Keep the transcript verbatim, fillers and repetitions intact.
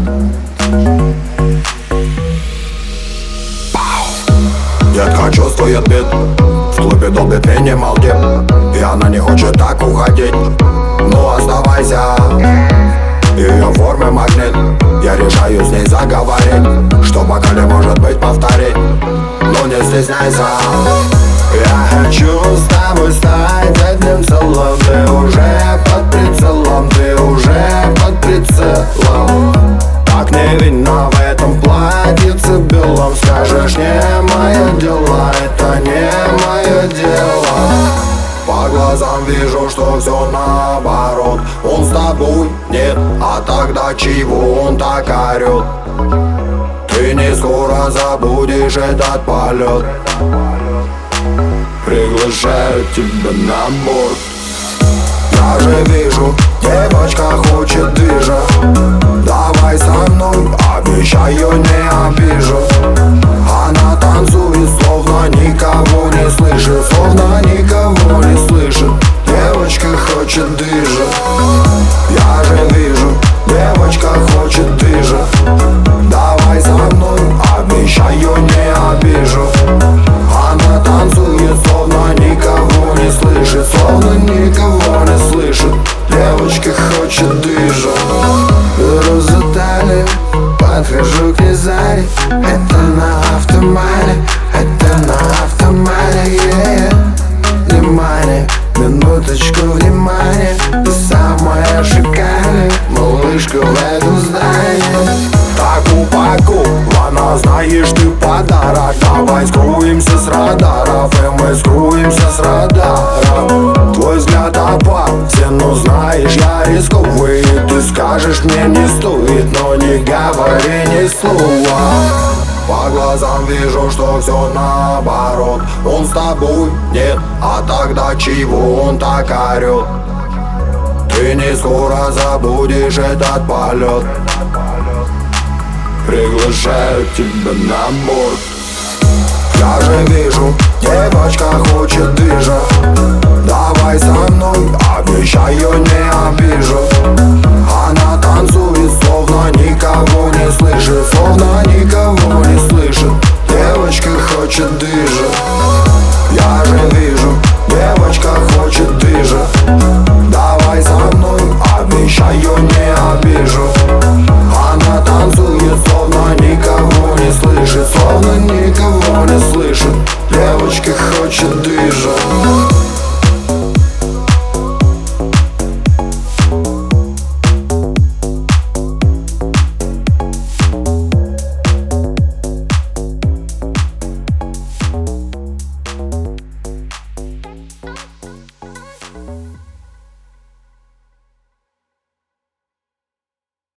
Детка чувствует бит, в клубе долбит минимал дип, и она не хочет так уходить. Ну оставайся, ее в форме магнит. Я решаю с ней заговорить, что пока не может быть повторить. Ну не стесняйся. Я хочу с тобой стать одним целым. Ты уже под прицелом, ты уже под прицелом. Так невинно в этом платьице белом. Скажешь, не мое дело, это не мое дело. По глазам вижу, что все наоборот. Он с тобой нет, а тогда чего он так орет? Ты не скоро забудешь этот полет. Приглашаю тебя на борт. Я же вижу, девочка хочет движа. Давай со мной, обещаю, не обижу. Она танцует, словно никого не слышит. Словно никого не слышит. Девочка хочет движа. Я же вижу, девочка хочет движа. Давай со мной, обещаю, не обижу. Она танцует, словно никого не слышит. Словно никого не слышит. Девочка хочет движа. Беру за талию, подхожу к Низаре. Это на автомате, это на автомате, yeah. Внимание, минуточку внимания. Ты самая шикарная малышка в этом здании. Так упакована, знаешь, ты подарок. Давай скроемся с радаров, и мы скроемся с радаров. Твой взгляд опасен, но знаешь, я рисковый. Ты скажешь, мне не стоит, но не говори ни слова. По глазам вижу, что все наоборот. Он с тобой нет, а тогда чего он так орет? Ты не скоро забудешь этот полет. Приглашаю тебя на борт. Я же вижу, девочка хочет движа. Давай со мной, обещаю, не обижу. Она танцует, словно никого не слышит.